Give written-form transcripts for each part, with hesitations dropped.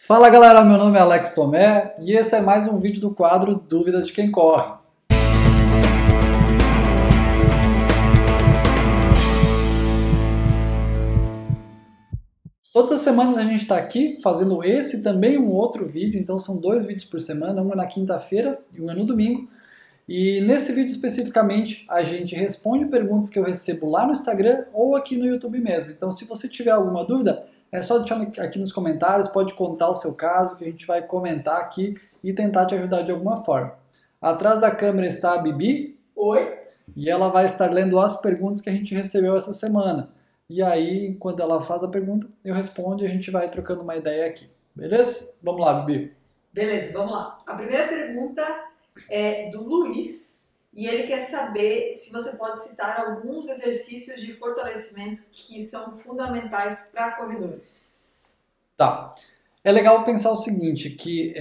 Fala galera, meu nome é Alex Tomé e esse é mais um vídeo do quadro Dúvidas de Quem Corre. Todas as semanas a gente está aqui fazendo esse e também um outro vídeo, então são dois vídeos por semana, um é na quinta-feira e um é no domingo. E nesse vídeo especificamente a gente responde perguntas que eu recebo lá no Instagram ou aqui no YouTube mesmo. Então se você tiver alguma dúvida, é só deixar aqui nos comentários, pode contar o seu caso que a gente vai comentar aqui e tentar te ajudar de alguma forma. Atrás da câmera está a Bibi. Oi. E ela vai estar lendo as perguntas que a gente recebeu essa semana. E aí, quando ela faz a pergunta, eu respondo e a gente vai trocando uma ideia aqui. Beleza? Vamos lá, Bibi. Beleza, vamos lá. A primeira pergunta é do Luiz e ele quer saber se você pode citar alguns exercícios de fortalecimento que são fundamentais para corredores. Tá. É legal pensar o seguinte, que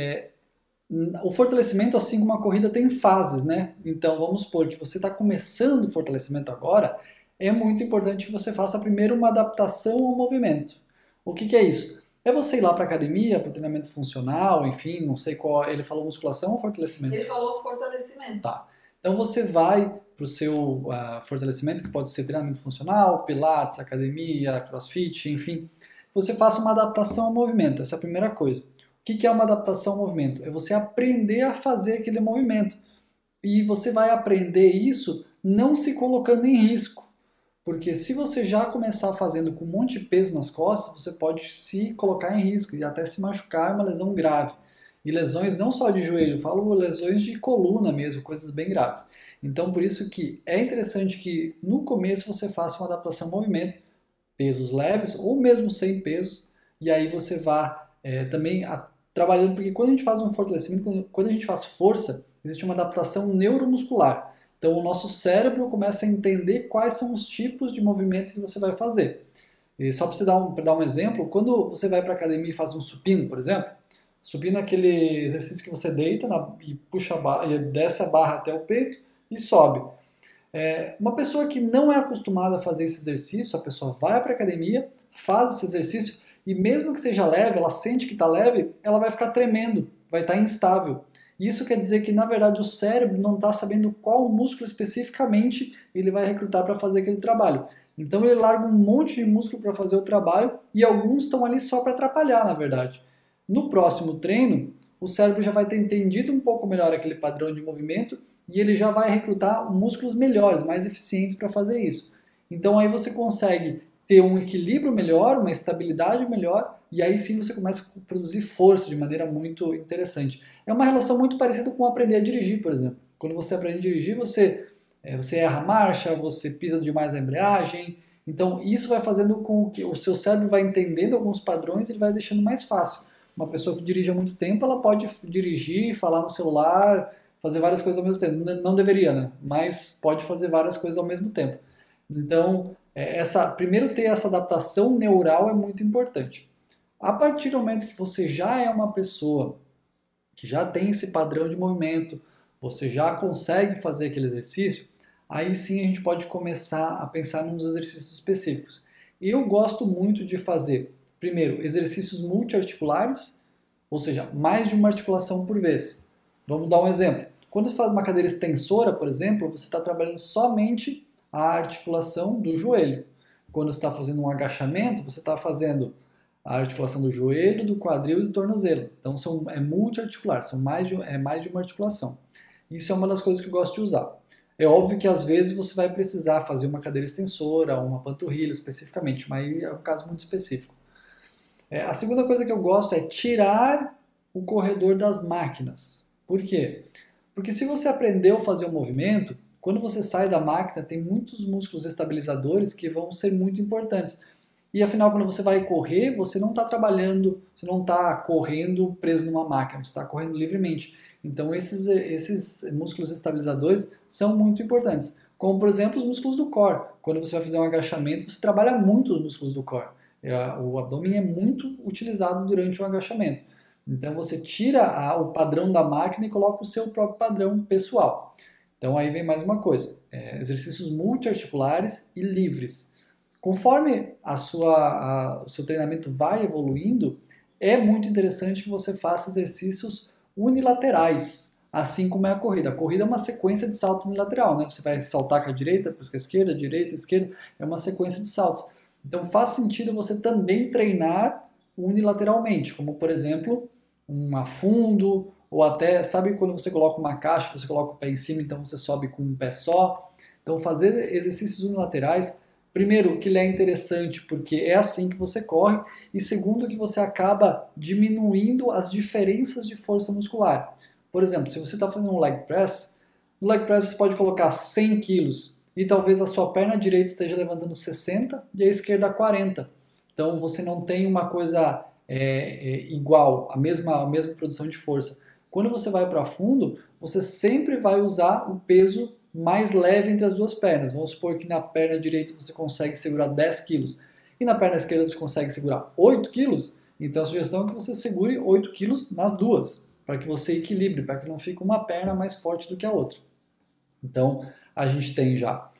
o fortalecimento, assim como a corrida, tem fases, né? Então, vamos supor que você está começando o fortalecimento agora, é muito importante que você faça primeiro uma adaptação ao movimento. O que é isso? É você ir lá para a academia, para o treinamento funcional, enfim, não sei qual. Ele falou musculação ou fortalecimento? Ele falou fortalecimento. Tá. Então você vai para o seu fortalecimento, que pode ser treinamento funcional, pilates, academia, crossfit, enfim. Você faça uma adaptação ao movimento, essa é a primeira coisa. O que é uma adaptação ao movimento? É você aprender a fazer aquele movimento. E você vai aprender isso não se colocando em risco. Porque se você já começar fazendo com um monte de peso nas costas, você pode se colocar em risco e até se machucar, é uma lesão grave. E lesões não só de joelho, eu falo lesões de coluna mesmo, coisas bem graves. Então por isso que é interessante que no começo você faça uma adaptação ao movimento, pesos leves ou mesmo sem peso, e aí você vá também trabalhando, porque quando a gente faz um fortalecimento, quando a gente faz força, existe uma adaptação neuromuscular. Então o nosso cérebro começa a entender quais são os tipos de movimento que você vai fazer. E só para dar um exemplo, quando você vai para a academia e faz um supino, por exemplo, supino é aquele exercício que você deita e puxa a barra, e desce a barra até o peito e sobe. Uma pessoa que não é acostumada a fazer esse exercício, a pessoa vai para a academia, faz esse exercício e mesmo que seja leve, ela sente que está leve, ela vai ficar tremendo, vai estar instável. Isso quer dizer que, na verdade, o cérebro não está sabendo qual músculo especificamente ele vai recrutar para fazer aquele trabalho. Então ele larga um monte de músculo para fazer o trabalho e alguns estão ali só para atrapalhar, na verdade. No próximo treino, o cérebro já vai ter entendido um pouco melhor aquele padrão de movimento e ele já vai recrutar músculos melhores, mais eficientes para fazer isso. Então aí você consegue ter um equilíbrio melhor, uma estabilidade melhor, e aí sim você começa a produzir força de maneira muito interessante. É uma relação muito parecida com aprender a dirigir, por exemplo. Quando você aprende a dirigir, você erra a marcha, você pisa demais na embreagem. Então isso vai fazendo com que o seu cérebro vai entendendo alguns padrões e ele vai deixando mais fácil. Uma pessoa que dirige há muito tempo, ela pode dirigir, falar no celular, fazer várias coisas ao mesmo tempo. Não deveria, né? Mas pode fazer várias coisas ao mesmo tempo. Então, primeiro ter essa adaptação neural é muito importante. A partir do momento que você já é uma pessoa que já tem esse padrão de movimento, você já consegue fazer aquele exercício, aí sim a gente pode começar a pensar nos exercícios específicos. Eu gosto muito de fazer, primeiro, exercícios multiarticulares, ou seja, mais de uma articulação por vez. Vamos dar um exemplo. Quando você faz uma cadeira extensora, por exemplo, você está trabalhando somente a articulação do joelho. Quando você está fazendo um agachamento, você está fazendo a articulação do joelho, do quadril e do tornozelo. Então é multiarticular, é mais de uma articulação. Isso é uma das coisas que eu gosto de usar. É óbvio que às vezes você vai precisar fazer uma cadeira extensora, uma panturrilha especificamente, mas é um caso muito específico. A segunda coisa que eu gosto é tirar o corredor das máquinas. Por quê? Porque se você aprendeu a fazer um movimento, quando você sai da máquina, tem muitos músculos estabilizadores que vão ser muito importantes. E afinal, quando você vai correr, você não está trabalhando, você não está correndo preso numa máquina, você está correndo livremente. Então esses músculos estabilizadores são muito importantes. Como, por exemplo, os músculos do core. Quando você vai fazer um agachamento, você trabalha muito os músculos do core. O abdômen é muito utilizado durante o agachamento. Então você tira o padrão da máquina e coloca o seu próprio padrão pessoal. Então aí vem mais uma coisa, exercícios multiarticulares e livres. Conforme o seu treinamento vai evoluindo, é muito interessante que você faça exercícios unilaterais, assim como é a corrida. A corrida é uma sequência de salto unilateral, né? Você vai saltar com a direita, depois com a esquerda, direita, esquerda, é uma sequência de saltos. Então faz sentido você também treinar unilateralmente, como por exemplo, um afundo, ou até, sabe quando você coloca uma caixa, você coloca o pé em cima, então você sobe com um pé só. Então fazer exercícios unilaterais, primeiro, que ele é interessante porque é assim que você corre, e segundo, que você acaba diminuindo as diferenças de força muscular. Por exemplo, se você está fazendo um leg press, no leg press você pode colocar 100 quilos e talvez a sua perna direita esteja levantando 60 e a esquerda 40. Então você não tem uma coisa igual, a mesma produção de força. Quando você vai para fundo, você sempre vai usar o peso mais leve entre as duas pernas. Vamos supor que na perna direita você consegue segurar 10 quilos e na perna esquerda você consegue segurar 8 quilos. Então a sugestão é que você segure 8 quilos nas duas, para que você equilibre, para que não fique uma perna mais forte do que a outra. Então a gente tem já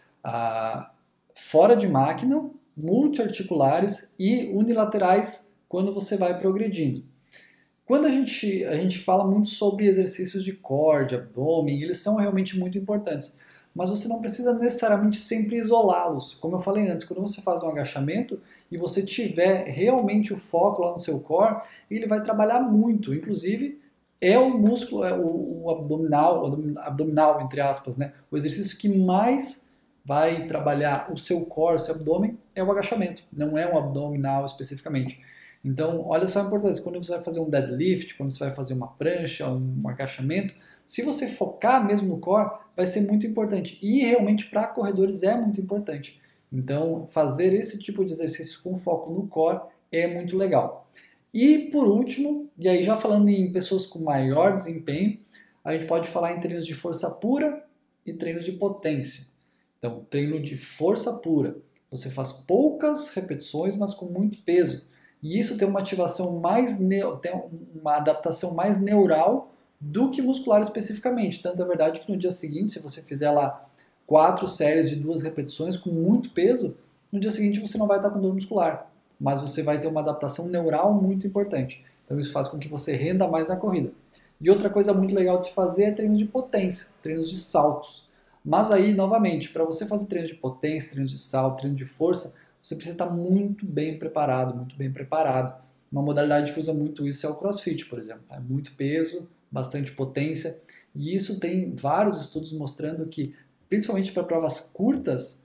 fora de máquina, multiarticulares e unilaterais quando você vai progredindo. Quando a gente fala muito sobre exercícios de core, de abdômen, eles são realmente muito importantes, mas você não precisa necessariamente sempre isolá-los. Como eu falei antes, quando você faz um agachamento e você tiver realmente o foco lá no seu core, ele vai trabalhar muito. Inclusive, é o músculo, o abdominal, entre aspas, né? O exercício que mais vai trabalhar o seu core, o seu abdômen, é o agachamento, não é um abdominal especificamente. Então, olha só a importância, quando você vai fazer um deadlift, quando você vai fazer uma prancha, um agachamento, se você focar mesmo no core, vai ser muito importante. E realmente para corredores é muito importante. Então, fazer esse tipo de exercício com foco no core é muito legal. E por último, e aí já falando em pessoas com maior desempenho, a gente pode falar em treinos de força pura e treinos de potência. Então, treino de força pura, você faz poucas repetições, mas com muito peso. E isso tem uma ativação tem uma adaptação mais neural do que muscular especificamente. Tanto é verdade que no dia seguinte, se você fizer lá 4 séries de 2 repetições com muito peso, no dia seguinte você não vai estar com dor muscular, mas você vai ter uma adaptação neural muito importante. Então isso faz com que você renda mais na corrida. E outra coisa muito legal de se fazer é treinos de potência, treinos de saltos. Mas aí, novamente, para você fazer treinos de potência, treinos de salto, treinos de força, você precisa estar muito bem preparado, muito bem preparado. Uma modalidade que usa muito isso é o CrossFit, por exemplo. É muito peso, bastante potência, e isso tem vários estudos mostrando que, principalmente para provas curtas,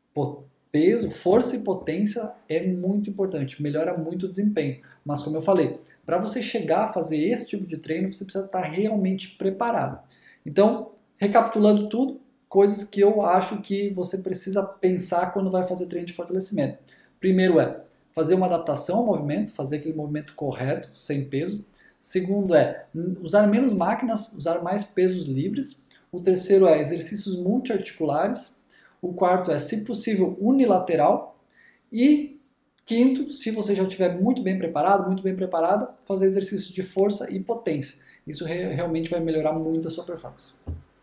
peso, força e potência é muito importante, melhora muito o desempenho. Mas como eu falei, para você chegar a fazer esse tipo de treino, você precisa estar realmente preparado. Então, recapitulando tudo, coisas que eu acho que você precisa pensar quando vai fazer treino de fortalecimento. Primeiro é fazer uma adaptação ao movimento, fazer aquele movimento correto, sem peso. Segundo é usar menos máquinas, usar mais pesos livres. O terceiro é exercícios multiarticulares. O quarto é, se possível, unilateral. E quinto, se você já estiver muito bem preparado, muito bem preparada, fazer exercícios de força e potência. Isso realmente vai melhorar muito a sua performance.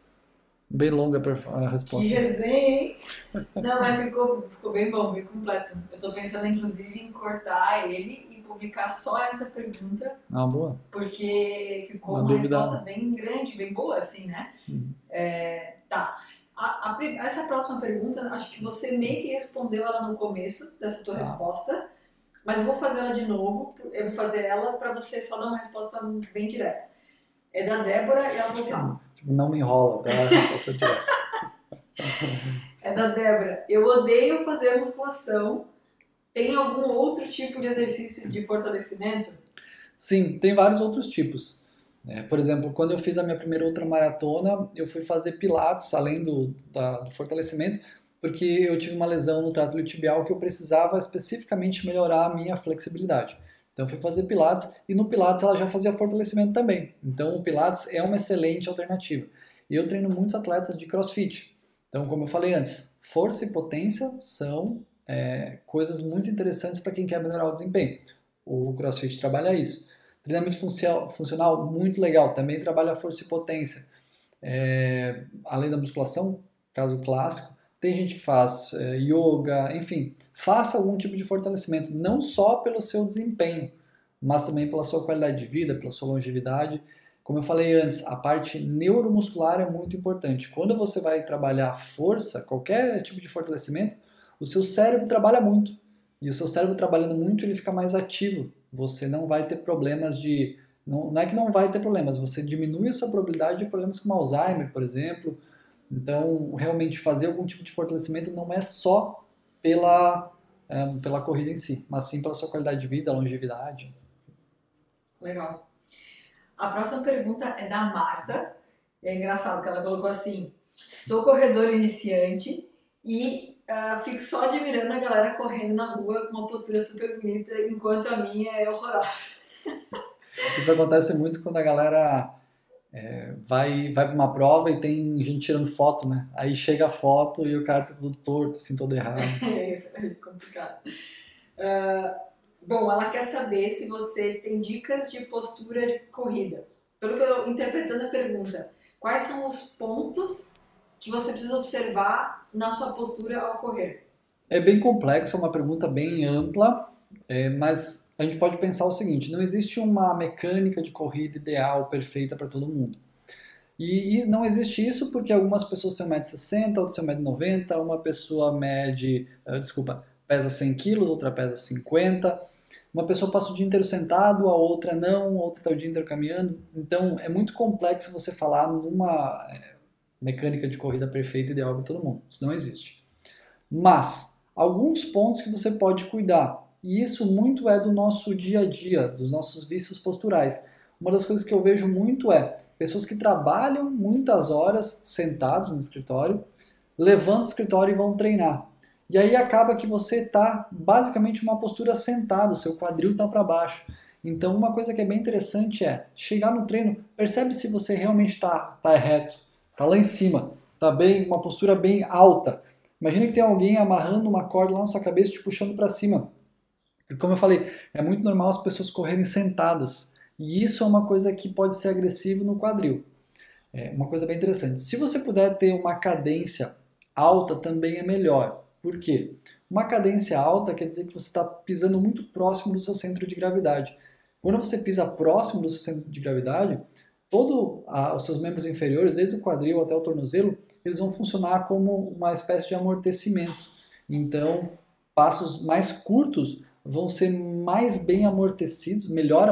Bem longa a resposta. Que resenha, hein? Não, mas ficou bem bom, bem completo. Eu tô pensando, inclusive, em cortar ele e publicar só essa pergunta. Ah, boa. Porque ficou uma resposta bem grande, bem boa, assim, né? Tá. Essa próxima pergunta, acho que você meio que respondeu ela no começo dessa tua resposta, mas eu vou fazer ela de novo. Eu vou fazer ela para você só dar uma resposta bem direta. É da Débora e ela falou assim... Não me enrola, tá? É da Débora. Eu odeio fazer musculação. Tem algum outro tipo de exercício de fortalecimento? Sim, tem vários outros tipos. Por exemplo, quando eu fiz a minha primeira ultramaratona, eu fui fazer pilates, além do fortalecimento, porque eu tive uma lesão no trato iliotibial que eu precisava especificamente melhorar a minha flexibilidade. Então eu fui fazer pilates e no pilates ela já fazia fortalecimento também. Então o pilates é uma excelente alternativa. E eu treino muitos atletas de CrossFit. Então, como eu falei antes, força e potência são coisas muito interessantes para quem quer melhorar o desempenho. O CrossFit trabalha isso. Treinamento funcional, muito legal, também trabalha força e potência. Além da musculação, caso clássico, tem gente que faz yoga, enfim, faça algum tipo de fortalecimento, não só pelo seu desempenho, mas também pela sua qualidade de vida, pela sua longevidade. Como eu falei antes, a parte neuromuscular é muito importante. Quando você vai trabalhar força, qualquer tipo de fortalecimento, o seu cérebro trabalha muito. E o seu cérebro trabalhando muito, ele fica mais ativo. Você não vai ter problemas de... Não é que não vai ter problemas, você diminui a sua probabilidade de problemas como Alzheimer, por exemplo. Então, realmente fazer algum tipo de fortalecimento não é só pela corrida em si, mas sim pela sua qualidade de vida, longevidade. Legal. A próxima pergunta é da Marta. É engraçado que ela colocou assim: sou corredor iniciante e fico só admirando a galera correndo na rua com uma postura super bonita, enquanto a minha é horrorosa. Isso acontece muito quando a galera vai para uma prova e tem gente tirando foto, né? Aí chega a foto e o cara tá todo torto, assim, todo errado. É complicado. Bom, ela quer saber se você tem dicas de postura de corrida. Pelo que eu interpretando a pergunta, quais são os pontos que você precisa observar na sua postura ao correr? É bem complexo, é uma pergunta bem ampla, mas a gente pode pensar o seguinte: não existe uma mecânica de corrida ideal, perfeita para todo mundo. E não existe isso porque algumas pessoas têm 1,60 m, outras têm 1,90 m, uma pessoa pesa 100 quilos, outra pesa 50. Uma pessoa passa o dia inteiro sentado, a outra não, a outra está o dia inteiro caminhando. Então é muito complexo você falar numa mecânica de corrida perfeita ideal para todo mundo. Isso não existe. Mas alguns pontos que você pode cuidar, e isso muito é do nosso dia a dia, dos nossos vícios posturais. Uma das coisas que eu vejo muito é pessoas que trabalham muitas horas sentados no escritório, levantam o escritório e vão treinar. E aí acaba que você está basicamente uma postura sentado, seu quadril está para baixo. Então uma coisa que é bem interessante é chegar no treino, percebe se você realmente está reto, está lá em cima, está bem, uma postura bem alta. Imagina que tem alguém amarrando uma corda lá na sua cabeça e te puxando para cima. Porque, como eu falei, é muito normal as pessoas correrem sentadas. E isso é uma coisa que pode ser agressivo no quadril. É uma coisa bem interessante. Se você puder ter uma cadência alta, também é melhor. Por quê? Uma cadência alta quer dizer que você está pisando muito próximo do seu centro de gravidade. Quando você pisa próximo do seu centro de gravidade, todos os seus membros inferiores, desde o quadril até o tornozelo, eles vão funcionar como uma espécie de amortecimento. Então, passos mais curtos vão ser mais bem amortecidos, melhor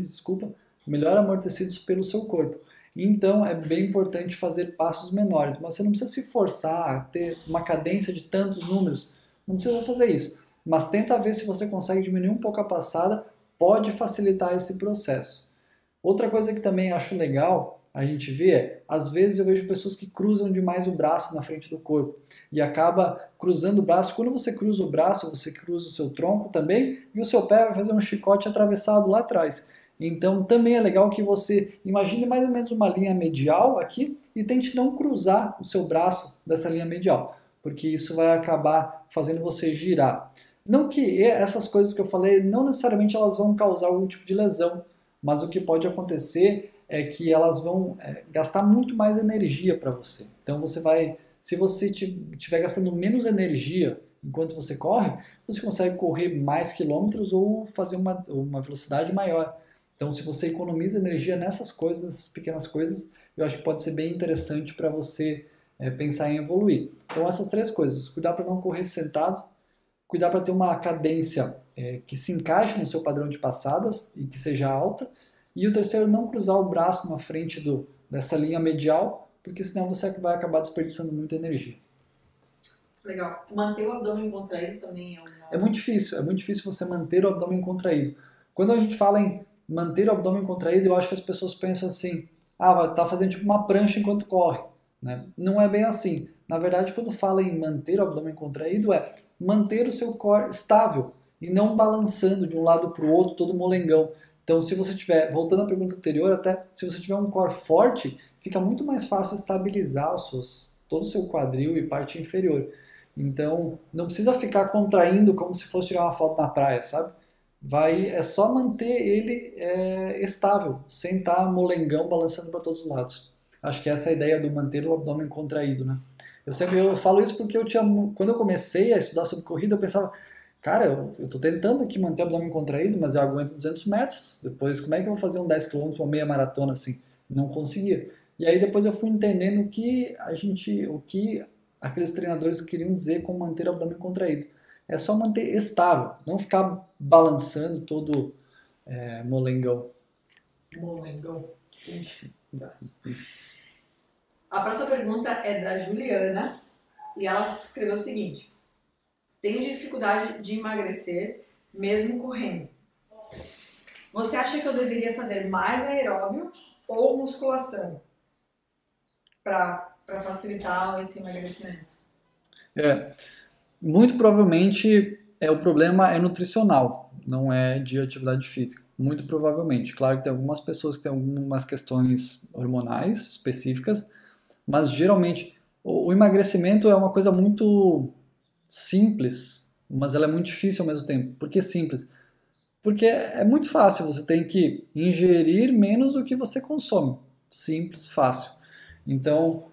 amortecidos pelo seu corpo. Então, é bem importante fazer passos menores, mas você não precisa se forçar a ter uma cadência de tantos números, não precisa fazer isso. Mas tenta ver se você consegue diminuir um pouco a passada, pode facilitar esse processo. Outra coisa que também acho legal a gente ver é, às vezes eu vejo pessoas que cruzam demais o braço na frente do corpo e acaba cruzando o braço. Quando você cruza o braço, você cruza o seu tronco também e o seu pé vai fazer um chicote atravessado lá atrás. Então também é legal que você imagine mais ou menos uma linha medial aqui e tente não cruzar o seu braço dessa linha medial, porque isso vai acabar fazendo você girar. Não que essas coisas que eu falei, não necessariamente elas vão causar algum tipo de lesão, mas o que pode acontecer é que elas vão gastar muito mais energia para você. Então você vai, se você estiver gastando menos energia enquanto você corre, você consegue correr mais quilômetros ou fazer uma velocidade maior. Então se você economiza energia nessas coisas, nessas pequenas coisas, eu acho que pode ser bem interessante para você pensar em evoluir. Então essas três coisas: cuidar para não correr sentado, cuidar para ter uma cadência que se encaixe no seu padrão de passadas e que seja alta. E o terceiro, não cruzar o braço na frente dessa linha medial, porque senão você vai acabar desperdiçando muita energia. Legal. Manter o abdômen contraído também é uma... É muito difícil você manter o abdômen contraído. Quando a gente fala em manter o abdômen contraído, eu acho que as pessoas pensam assim, vai estar fazendo tipo uma prancha enquanto corre. Né? Não é bem assim. Na verdade, quando fala em manter o abdômen contraído, é manter o seu core estável e não balançando de um lado para o outro, todo molengão. Então, se você tiver, voltando à pergunta anterior, até se você tiver um core forte, fica muito mais fácil estabilizar todo o seu quadril e parte inferior. Então, não precisa ficar contraindo como se fosse tirar uma foto na praia, sabe? É só manter ele estável, sem estar molengão balançando para todos os lados. Acho que essa é a ideia do manter o abdômen contraído, né? Eu falo isso porque quando eu comecei a estudar sobre corrida, eu pensava, Cara, eu tô tentando aqui manter o abdômen contraído, mas eu aguento 200 metros. Depois, como é que eu vou fazer um 10 km, uma meia maratona assim? Não conseguia. E aí depois eu fui entendendo o que aqueles treinadores queriam dizer com manter o abdômen contraído. É só manter estável, não ficar balançando todo molengão. Molengão. Tá. A próxima pergunta é da Juliana e ela escreveu o seguinte: tenho dificuldade de emagrecer mesmo correndo. Você acha que eu deveria fazer mais aeróbio ou musculação para facilitar esse emagrecimento? Muito provavelmente o problema é nutricional, não é de atividade física. Muito provavelmente. Claro que tem algumas pessoas que têm algumas questões hormonais específicas, mas geralmente o emagrecimento é uma coisa muito simples, mas ela é muito difícil ao mesmo tempo. Por que simples? Porque é muito fácil, você tem que ingerir menos do que você consome. Simples, fácil. Então,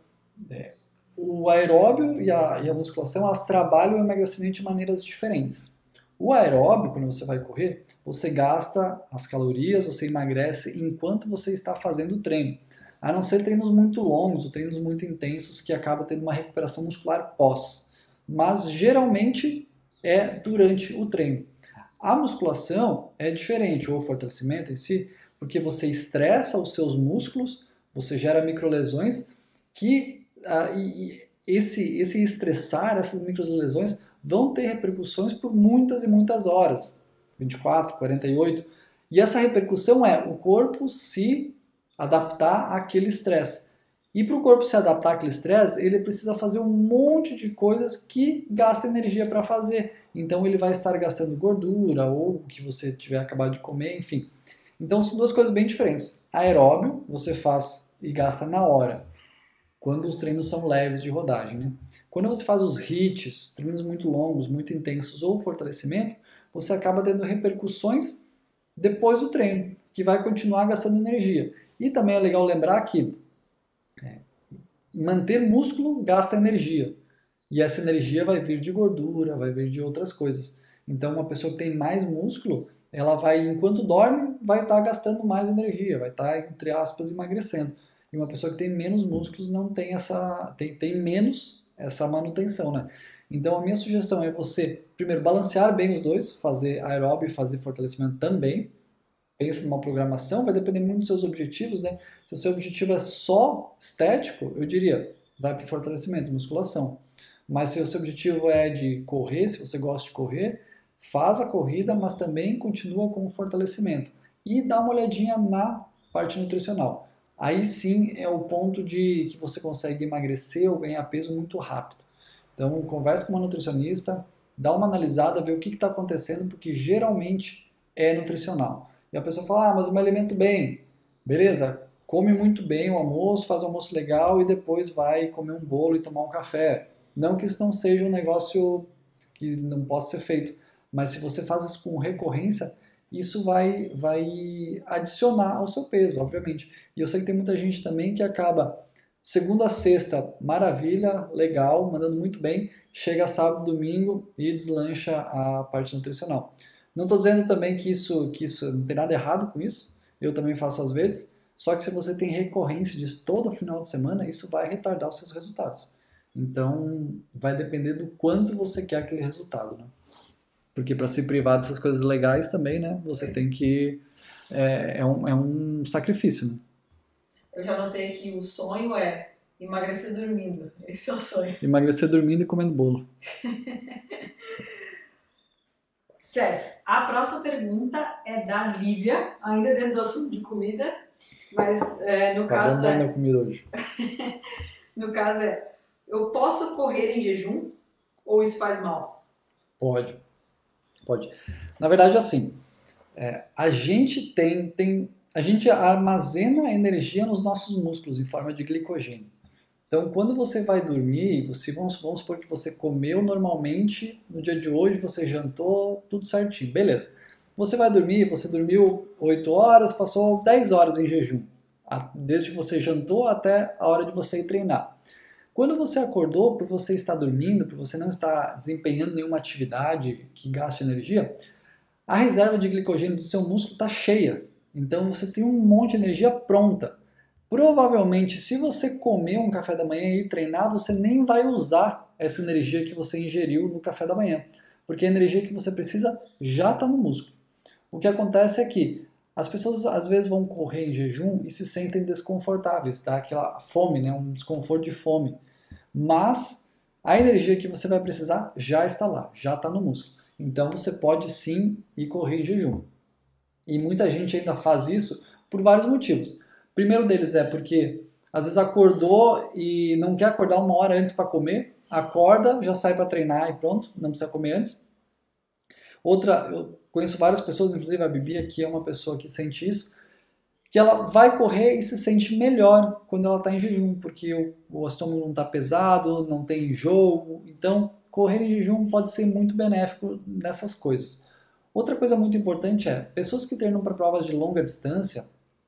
o aeróbio e a musculação, elas trabalham o emagrecimento de maneiras diferentes. O aeróbio, quando você vai correr, você gasta as calorias, você emagrece enquanto você está fazendo o treino. A não ser treinos muito longos ou treinos muito intensos que acaba tendo uma recuperação muscular pós. Mas geralmente é durante o treino. A musculação é diferente, ou o fortalecimento em si, porque você estressa os seus músculos, você gera microlesões que esse estressar, essas microlesões vão ter repercussões por muitas e muitas horas, 24, 48, e essa repercussão é o corpo se adaptar àquele estresse. E para o corpo se adaptar àquele estresse, ele precisa fazer um monte de coisas que gasta energia para fazer. Então ele vai estar gastando gordura ou o que você tiver acabado de comer, enfim. Então são duas coisas bem diferentes. Aeróbio você faz e gasta na hora, quando os treinos são leves de rodagem, né? Quando você faz os HIITs, treinos muito longos, muito intensos ou fortalecimento, você acaba tendo repercussões depois do treino, que vai continuar gastando energia. E também é legal lembrar que manter músculo gasta energia. E essa energia vai vir de gordura, vai vir de outras coisas. Então, uma pessoa que tem mais músculo, ela vai, enquanto dorme, vai estar gastando mais energia, vai estar, entre aspas, emagrecendo. E uma pessoa que tem menos músculos não tem tem menos essa manutenção, né? Então, a minha sugestão é você, primeiro, balancear bem os dois, fazer aeróbio e fazer fortalecimento também. Pensa numa programação, vai depender muito dos seus objetivos, né? Se o seu objetivo é só estético, eu diria, vai para o fortalecimento, musculação. Mas se o seu objetivo é de correr, se você gosta de correr, faz a corrida, mas também continua com o fortalecimento. E dá uma olhadinha na parte nutricional. Aí sim é o ponto de que você consegue emagrecer ou ganhar peso muito rápido. Então converse com uma nutricionista, dá uma analisada, vê o que está acontecendo, porque geralmente é nutricional. E a pessoa fala, mas eu me alimento bem. Beleza, come muito bem o almoço, faz um almoço legal e depois vai comer um bolo e tomar um café. Não que isso não seja um negócio que não possa ser feito, mas se você faz isso com recorrência, isso vai adicionar ao seu peso, obviamente. E eu sei que tem muita gente também que acaba segunda a sexta, maravilha, legal, mandando muito bem, chega sábado, domingo e deslancha a parte nutricional. Não estou dizendo também que isso não tem nada errado com isso, eu também faço às vezes, só que se você tem recorrência disso todo final de semana, isso vai retardar os seus resultados. Então, vai depender do quanto você quer aquele resultado, né? Porque para se privar dessas coisas legais também, né, você tem que... É um sacrifício, né? Eu já anotei aqui, o sonho é emagrecer dormindo. Esse é o sonho. Emagrecer dormindo e comendo bolo. Certo. A próxima pergunta é da Lívia, ainda dentro do assunto de comida, mas no caso é... a comida hoje. No caso eu posso correr em jejum ou isso faz mal? Pode. Na verdade, assim, a gente a gente armazena energia nos nossos músculos em forma de glicogênio. Então, quando você vai dormir, vamos supor que você comeu normalmente no dia de hoje, você jantou, tudo certinho, beleza. Você vai dormir, você dormiu 8 horas, passou 10 horas em jejum, desde que você jantou até a hora de você ir treinar. Quando você acordou, por você estar dormindo, por você não estar desempenhando nenhuma atividade que gaste energia, a reserva de glicogênio do seu músculo está cheia. Então você tem um monte de energia pronta. Provavelmente, se você comer um café da manhã e treinar, você nem vai usar essa energia que você ingeriu no café da manhã, porque a energia que você precisa já está no músculo. O que acontece é que as pessoas às vezes vão correr em jejum e se sentem desconfortáveis, dá aquela fome, né? Um desconforto de fome. Mas a energia que você vai precisar já está lá, já está no músculo. Então você pode sim ir correr em jejum. E muita gente ainda faz isso por vários motivos. O primeiro deles é porque às vezes acordou e não quer acordar uma hora antes para comer, acorda, já sai para treinar e pronto, não precisa comer antes. Outra, eu conheço várias pessoas, inclusive a Bibi aqui é uma pessoa que sente isso, que ela vai correr e se sente melhor quando ela está em jejum, porque o estômago não está pesado, não tem enjoo. Então, correr em jejum pode ser muito benéfico nessas coisas. Outra coisa muito importante é, pessoas que treinam para provas de longa distância,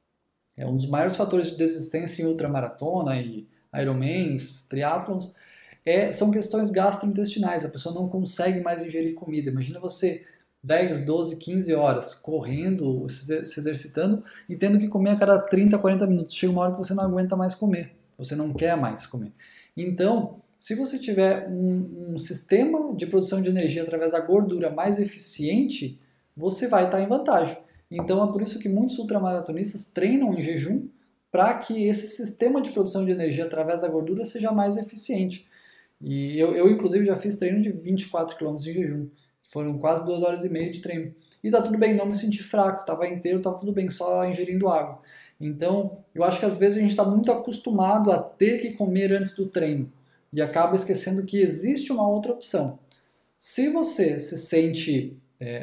é um dos maiores fatores de desistência em ultramaratona e Ironmans, triatlons, são questões gastrointestinais. A pessoa não consegue mais ingerir comida. Imagina você 10, 12, 15 horas correndo, se exercitando e tendo que comer a cada 30, 40 minutos. Chega uma hora que você não aguenta mais comer. Você não quer mais comer. Então, se você tiver um sistema de produção de energia através da gordura mais eficiente, você vai estar em vantagem. Então é por isso que muitos ultramaratonistas treinam em jejum para que esse sistema de produção de energia através da gordura seja mais eficiente. E eu inclusive, já fiz treino de 24 km em jejum. Foram quase 2 horas e meia de treino. E tá tudo bem, não me senti fraco, estava inteiro, estava tudo bem, só ingerindo água. Então, eu acho que às vezes a gente está muito acostumado a ter que comer antes do treino e acaba esquecendo que existe uma outra opção. Se você se sente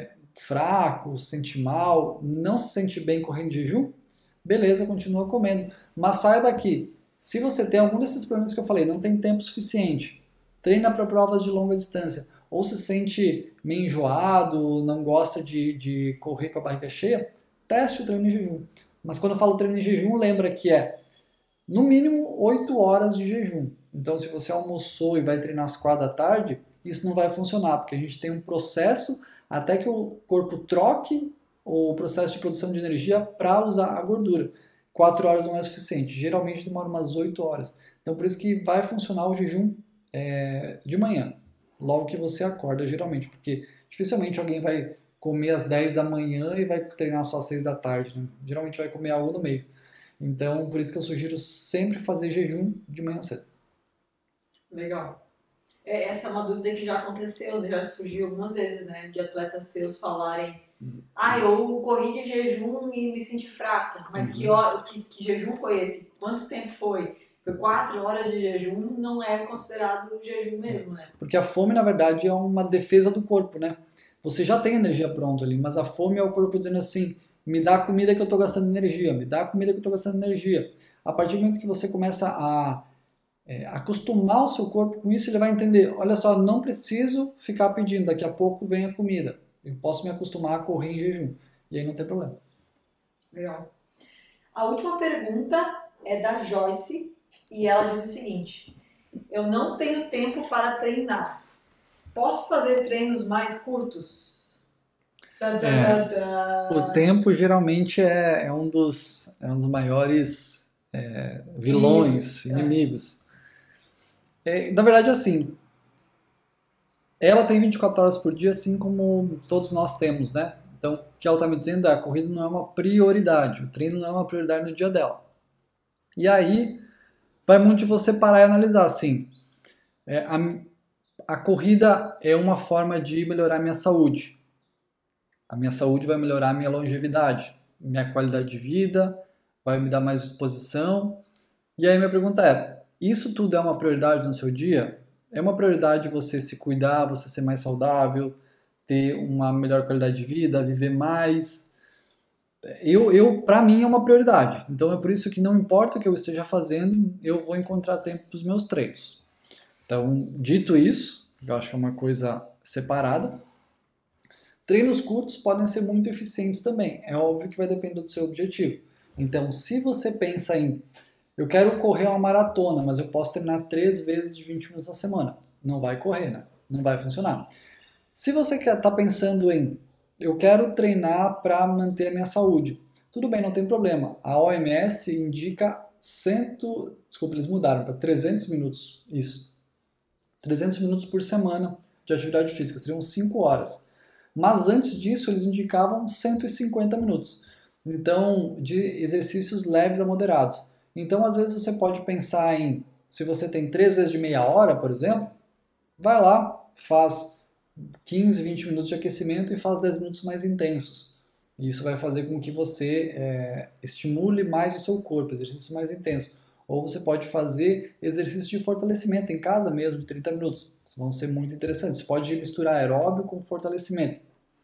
fraco, se sente mal, não se sente bem correndo de jejum, beleza, continua comendo. Mas saiba que, se você tem algum desses problemas que eu falei, não tem tempo suficiente, treina para provas de longa distância, ou se sente meio enjoado, não gosta de correr com a barriga cheia, teste o treino em jejum. Mas quando eu falo treino em jejum, lembra que no mínimo 8 horas de jejum. Então, se você almoçou e vai treinar às 4 da tarde, isso não vai funcionar, porque a gente tem um processo até que o corpo troque o processo de produção de energia para usar a gordura. 4 horas não é suficiente, geralmente demora umas 8 horas. Então, por isso que vai funcionar o jejum de manhã, logo que você acorda, geralmente, porque dificilmente alguém vai comer às 10 da manhã e vai treinar só às 6 da tarde, né? Geralmente vai comer algo no meio. Então, por isso que eu sugiro sempre fazer jejum de manhã cedo. Legal. Essa é uma dúvida que já aconteceu, já surgiu algumas vezes, né? De atletas teus falarem: eu corri de jejum e me senti fraco. Mas que jejum foi esse? Quanto tempo foi? Foi 4 horas de jejum, não é considerado jejum mesmo, né? Porque a fome, na verdade, é uma defesa do corpo, né? Você já tem energia pronta ali, mas a fome é o corpo dizendo assim: me dá a comida que eu estou gastando energia, me dá a comida que eu estou gastando energia. A partir do momento que você começa a acostumar o seu corpo com isso, ele vai entender: olha só, não preciso ficar pedindo, daqui a pouco vem a comida. Eu posso me acostumar a correr em jejum. E aí não tem problema. Legal. A última pergunta é da Joyce e ela diz o seguinte: eu não tenho tempo para treinar. Posso fazer treinos mais curtos? O tempo geralmente é um dos maiores vilões, inimigos. Na verdade, assim, ela tem 24 horas por dia, assim como todos nós temos, né? Então, o que ela está me dizendo é: a corrida não é uma prioridade, o treino não é uma prioridade no dia dela. E aí, vai muito de você parar e analisar, assim, a corrida é uma forma de melhorar a minha saúde. A minha saúde vai melhorar a minha longevidade, minha qualidade de vida, vai me dar mais disposição. E aí minha pergunta é: isso tudo é uma prioridade no seu dia? É uma prioridade você se cuidar, você ser mais saudável, ter uma melhor qualidade de vida, viver mais? Para mim é uma prioridade. Então é por isso que, não importa o que eu esteja fazendo, eu vou encontrar tempo para os meus treinos. Então, dito isso, eu acho que é uma coisa separada. Treinos curtos podem ser muito eficientes também. É óbvio que vai depender do seu objetivo. Então, se você pensa em Eu quero correr uma maratona, mas eu posso treinar 3 vezes de 20 minutos na semana. Não vai correr, né? Não vai funcionar. Se você está pensando em, eu quero treinar para manter a minha saúde, tudo bem, não tem problema. A OMS indica desculpa, eles mudaram para 300 minutos, isso. 300 minutos por semana de atividade física, seriam 5 horas. Mas antes disso, eles indicavam 150 minutos. Então, de exercícios leves a moderados. Então, às vezes você pode pensar em, se você tem 3 vezes de meia hora, por exemplo, vai lá, faz 15, 20 minutos de aquecimento e faz 10 minutos mais intensos. Isso vai fazer com que você estimule mais o seu corpo, exercício mais intenso. Ou você pode fazer exercícios de fortalecimento em casa mesmo, de 30 minutos. Isso vão ser muito interessantes. Você pode misturar aeróbio com fortalecimento.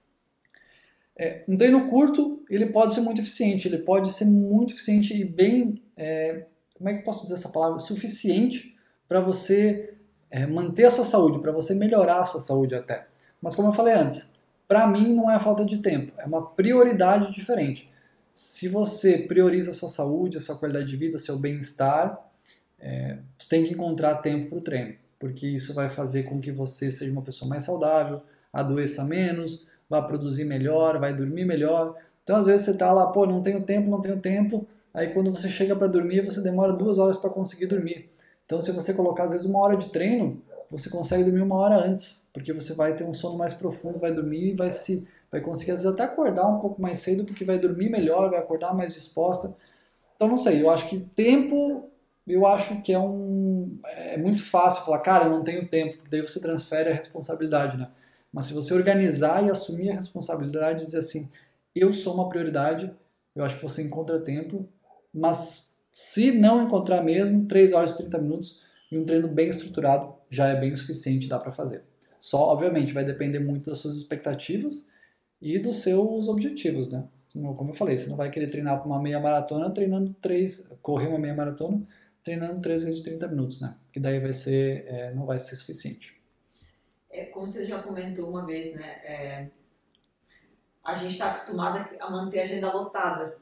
Um treino curto, ele pode ser muito eficiente. Ele pode ser muito eficiente e bem, como é que eu posso dizer essa palavra? Suficiente para você manter a sua saúde, para você melhorar a sua saúde até. Mas como eu falei antes, para mim não é falta de tempo, é uma prioridade diferente. Se você prioriza a sua saúde, a sua qualidade de vida, seu bem-estar, você tem que encontrar tempo para o treino, porque isso vai fazer com que você seja uma pessoa mais saudável, adoeça menos, vai produzir melhor, vai dormir melhor. Então às vezes você está lá, pô, não tenho tempo, aí quando você chega para dormir, você demora 2 horas para conseguir dormir. Então se você colocar às vezes 1 hora de treino, você consegue dormir 1 hora antes, porque você vai ter um sono mais profundo, vai dormir e vai conseguir às vezes até acordar um pouco mais cedo, porque vai dormir melhor, vai acordar mais disposta. Então não sei, eu acho que tempo, eu acho que é muito fácil falar, cara, eu não tenho tempo, porque daí você transfere a responsabilidade, né? Mas se você organizar e assumir a responsabilidade e dizer assim, eu sou uma prioridade, eu acho que você encontra tempo, mas se não encontrar mesmo, 3 horas e 30 minutos e um treino bem estruturado já é bem suficiente, dá para fazer. Só, obviamente, vai depender muito das suas expectativas e dos seus objetivos, né? Como eu falei, você não vai querer treinar para uma meia maratona correr uma meia maratona treinando 3 vezes de 30 minutos, né? Que daí não vai ser suficiente. Como você já comentou uma vez, né? A gente está acostumado a manter a agenda lotada,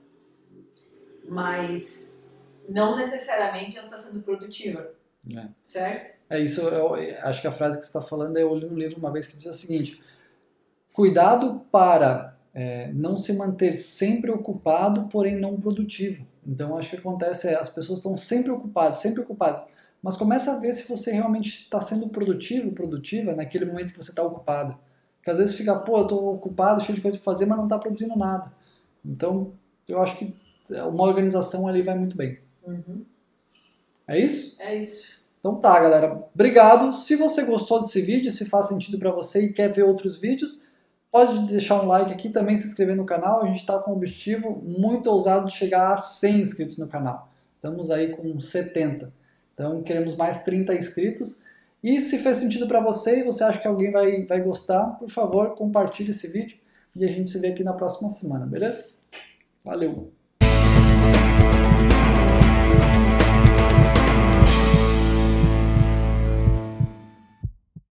mas não necessariamente ela está sendo produtiva, certo? Isso, eu acho que a frase que você está falando, eu li um livro uma vez que diz o seguinte, cuidado para não se manter sempre ocupado, porém não produtivo. Então acho que acontece as pessoas estão sempre ocupadas, mas começa a ver se você realmente está sendo produtivo, produtiva naquele momento que você está ocupado. Porque às vezes fica, pô, eu estou ocupado, cheio de coisa para fazer, mas não está produzindo nada. Então eu acho que uma organização ali vai muito bem. Uhum. É isso? É isso. Então tá, galera. Obrigado. Se você gostou desse vídeo, se faz sentido para você e quer ver outros vídeos, pode deixar um like aqui, também se inscrever no canal. A gente está com um objetivo muito ousado de chegar a 100 inscritos no canal. Estamos aí com 70. Então queremos mais 30 inscritos. E se fez sentido para você e você acha que alguém vai gostar, por favor, compartilhe esse vídeo e a gente se vê aqui na próxima semana, beleza? Valeu!